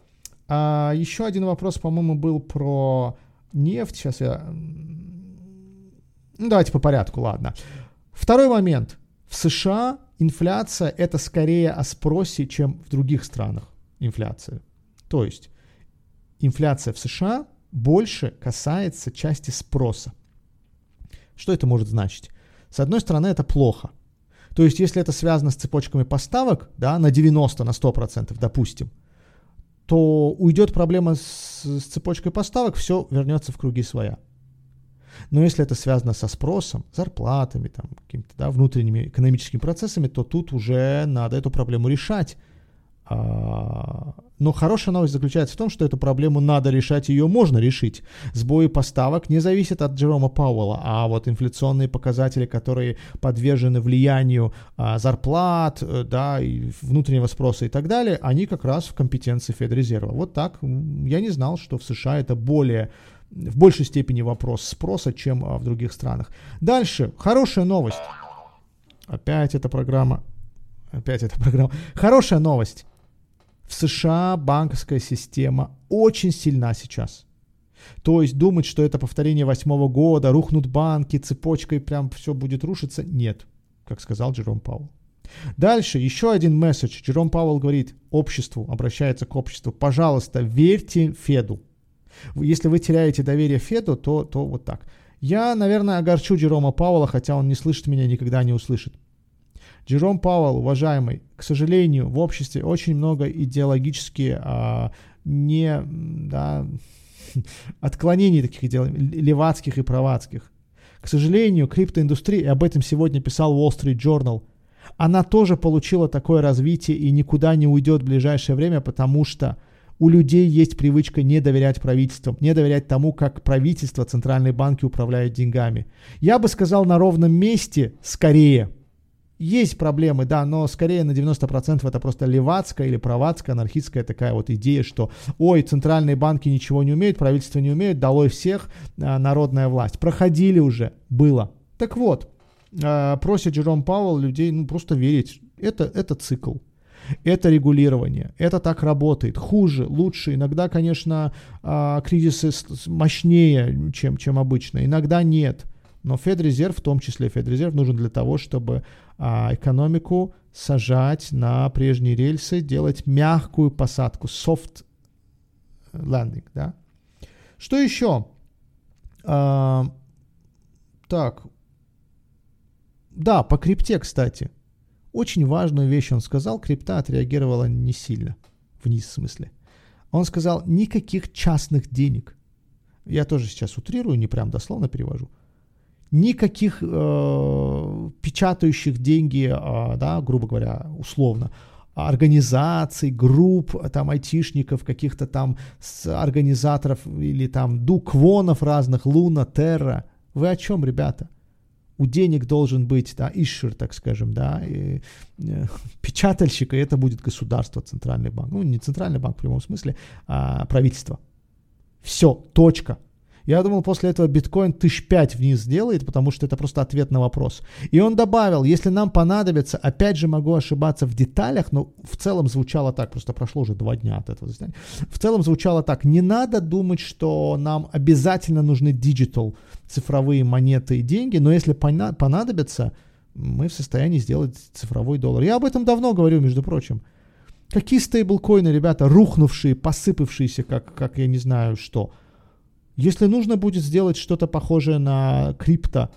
А, еще один вопрос, по-моему, был про нефть. Сейчас я... Ну, давайте по порядку, ладно. Второй момент. В США инфляция — это скорее о спросе, чем в других странах инфляция. То есть инфляция в США больше касается части спроса. Что это может значить? С одной стороны, это плохо. То есть, если это связано с цепочками поставок, да, на девяносто, на сто процентов, допустим, то уйдет проблема с, с цепочкой поставок, все вернется в круги своя. Но если это связано со спросом, зарплатами, там, какими-то, да, внутренними экономическими процессами, то тут уже надо эту проблему решать. Но хорошая новость заключается в том, что эту проблему надо решать, ее можно решить. Сбои поставок не зависят от Джерома Пауэлла, а вот инфляционные показатели, которые подвержены влиянию а, зарплат, да, и внутреннего спроса и так далее, они как раз в компетенции Федрезерва. Вот так. Я не знал, что в США это более, в большей степени вопрос спроса, чем а, в других странах. Дальше. Хорошая новость. Опять эта программа. Опять эта программа. Хорошая новость. В США банковская система очень сильна сейчас. То есть думать, что это повторение восьмого года, рухнут банки, цепочкой прям все будет рушиться, нет, как сказал Джером Пауэлл. Дальше еще один месседж. Джером Пауэлл говорит обществу, обращается к обществу, пожалуйста, верьте Феду. Если вы теряете доверие Феду, то, то вот так. Я, наверное, огорчу Джерома Пауэлла, хотя он не слышит меня, никогда не услышит. Джером Пауэлл, уважаемый, к сожалению, в обществе очень много идеологически а, не, да, отклонений таких идеологических, левацких и правацких. К сожалению, криптоиндустрия, и об этом сегодня писал Wall Street Journal, она тоже получила такое развитие и никуда не уйдет в ближайшее время, потому что у людей есть привычка не доверять правительствам, не доверять тому, как правительство, центральные банки управляют деньгами. Я бы сказал, на ровном месте скорее. Есть проблемы, да, но скорее на девяносто процентов это просто левацкая или правацкая, анархистская такая вот идея, что ой, центральные банки ничего не умеют, правительство не умеет, долой всех, народная власть. Проходили уже, было. Так вот, просит Джером Пауэлл людей ну, просто верить, это, это цикл. Это регулирование, это так работает. Хуже, лучше. Иногда, конечно, кризисы мощнее, чем, чем обычно. Иногда нет. Но Федрезерв, в том числе Федрезерв, нужен для того, чтобы а, экономику сажать на прежние рельсы, делать мягкую посадку, soft landing, да. Что еще? А, так. Да, по крипте, кстати. Очень важную вещь он сказал, крипта отреагировала не сильно, вниз в смысле. Он сказал, никаких частных денег. Я тоже сейчас утрирую, не прям дословно перевожу. Никаких э, печатающих деньги, э, да, грубо говоря, условно, организаций, групп, там, айтишников, каких-то там организаторов или там дуквонов разных, Луна, Терра. Вы о чем, ребята? У денег должен быть, да, ишер, так скажем, да, и, э, печатальщик, и это будет государство, центральный банк. Ну, не центральный банк в прямом смысле, а правительство. Все, точка. Я думал, после этого биткоин тысяч пять вниз сделает, потому что это просто ответ на вопрос. И он добавил, если нам понадобится, опять же могу ошибаться в деталях, но в целом звучало так, просто прошло уже два дня от этого заседания. В целом звучало так, не надо думать, что нам обязательно нужны диджитал, цифровые монеты и деньги, но если понадобится, мы в состоянии сделать цифровой доллар. Я об этом давно говорю, между прочим. Какие стейблкоины, ребята, рухнувшие, посыпавшиеся, как, как я не знаю что. Если нужно будет сделать что-то похожее на крипто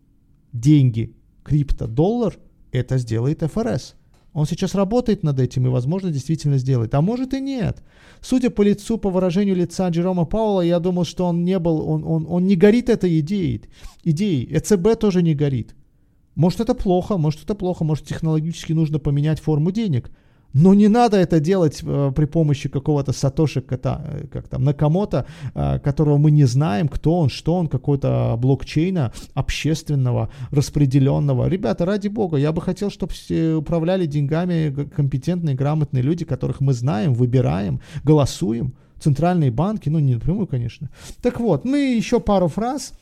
деньги, крипто доллар, это сделает эф эр эс. Он сейчас работает над этим и, возможно, действительно сделает. А может и нет. Судя по лицу, по выражению лица Джерома Пауэлла, я думал, что он не был, он, он, он не горит этой идеей. идеей. э цэ бэ тоже не горит. Может это плохо, может это плохо, может технологически нужно поменять форму денег. Но не надо это делать э, при помощи какого-то Сатоши, кота, как там, Накамото, э, которого мы не знаем, кто он, что он, какой-то блокчейна общественного, распределенного. Ребята, ради бога, я бы хотел, чтобы все управляли деньгами компетентные, грамотные люди, которых мы знаем, выбираем, голосуем. Центральные банки, ну не напрямую, конечно. Так вот, ну и еще пару фраз.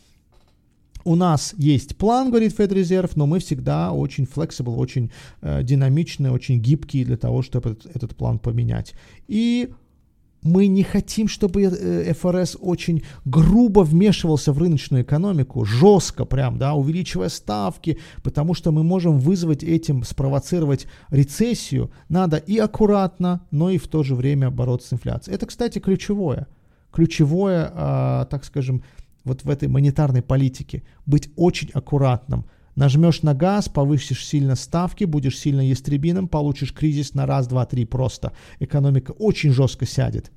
У нас есть план, говорит Федрезерв, но мы всегда очень flexible, очень э, динамичны, очень гибкие для того, чтобы этот, этот план поменять. И мы не хотим, чтобы эф эр эс очень грубо вмешивался в рыночную экономику, жестко прям, да, увеличивая ставки, потому что мы можем вызвать этим, спровоцировать рецессию. Надо и аккуратно, но и в то же время бороться с инфляцией. Это, кстати, ключевое. Ключевое, э, так скажем, вот в этой монетарной политике, быть очень аккуратным. Нажмешь на газ, повысишь сильно ставки, будешь сильно ястребиным, получишь кризис на раз, два, три просто. Экономика очень жестко сядет.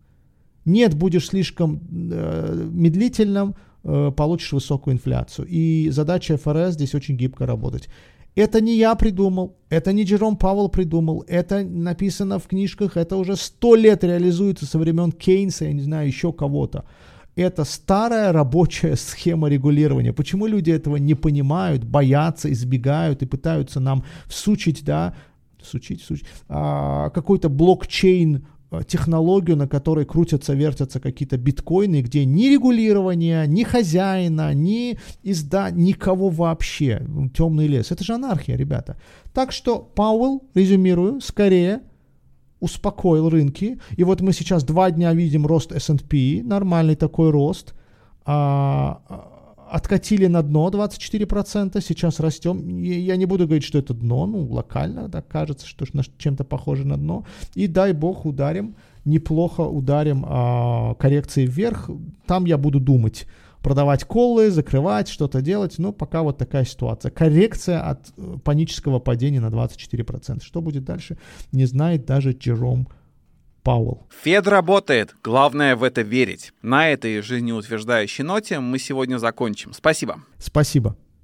Нет, будешь слишком э, медлительным, э, получишь высокую инфляцию. И задача эф эр эс здесь очень гибко работать. Это не я придумал, это не Джером Пауэлл придумал, это написано в книжках, это уже сто лет реализуется со времен Кейнса, я не знаю, еще кого-то. Это старая рабочая схема регулирования. Почему люди этого не понимают, боятся, избегают и пытаются нам всучить, да, всучить, всучить, а, какой-то блокчейн, технологию, на которой крутятся, вертятся какие-то биткоины, где ни регулирования, ни хозяина, ни изда, никого вообще. Темный лес. Это же анархия, ребята. Так что Пауэлл, резюмирую, скорее успокоил рынки. И вот мы сейчас два дня видим рост эс энд пи, нормальный такой рост. А, откатили на дно двадцать четыре процента, сейчас растем. Я не буду говорить, что это дно, ну, локально, да, кажется, что чем-то похоже на дно. И дай бог ударим, неплохо ударим а, коррекции вверх. Там я буду думать. Продавать коллы, закрывать, что-то делать. Но пока вот такая ситуация. Коррекция от панического падения на двадцать четыре процента. Что будет дальше, не знает даже Джером Пауэлл. Фед работает. Главное в это верить. На этой жизнеутверждающей ноте мы сегодня закончим. Спасибо. Спасибо.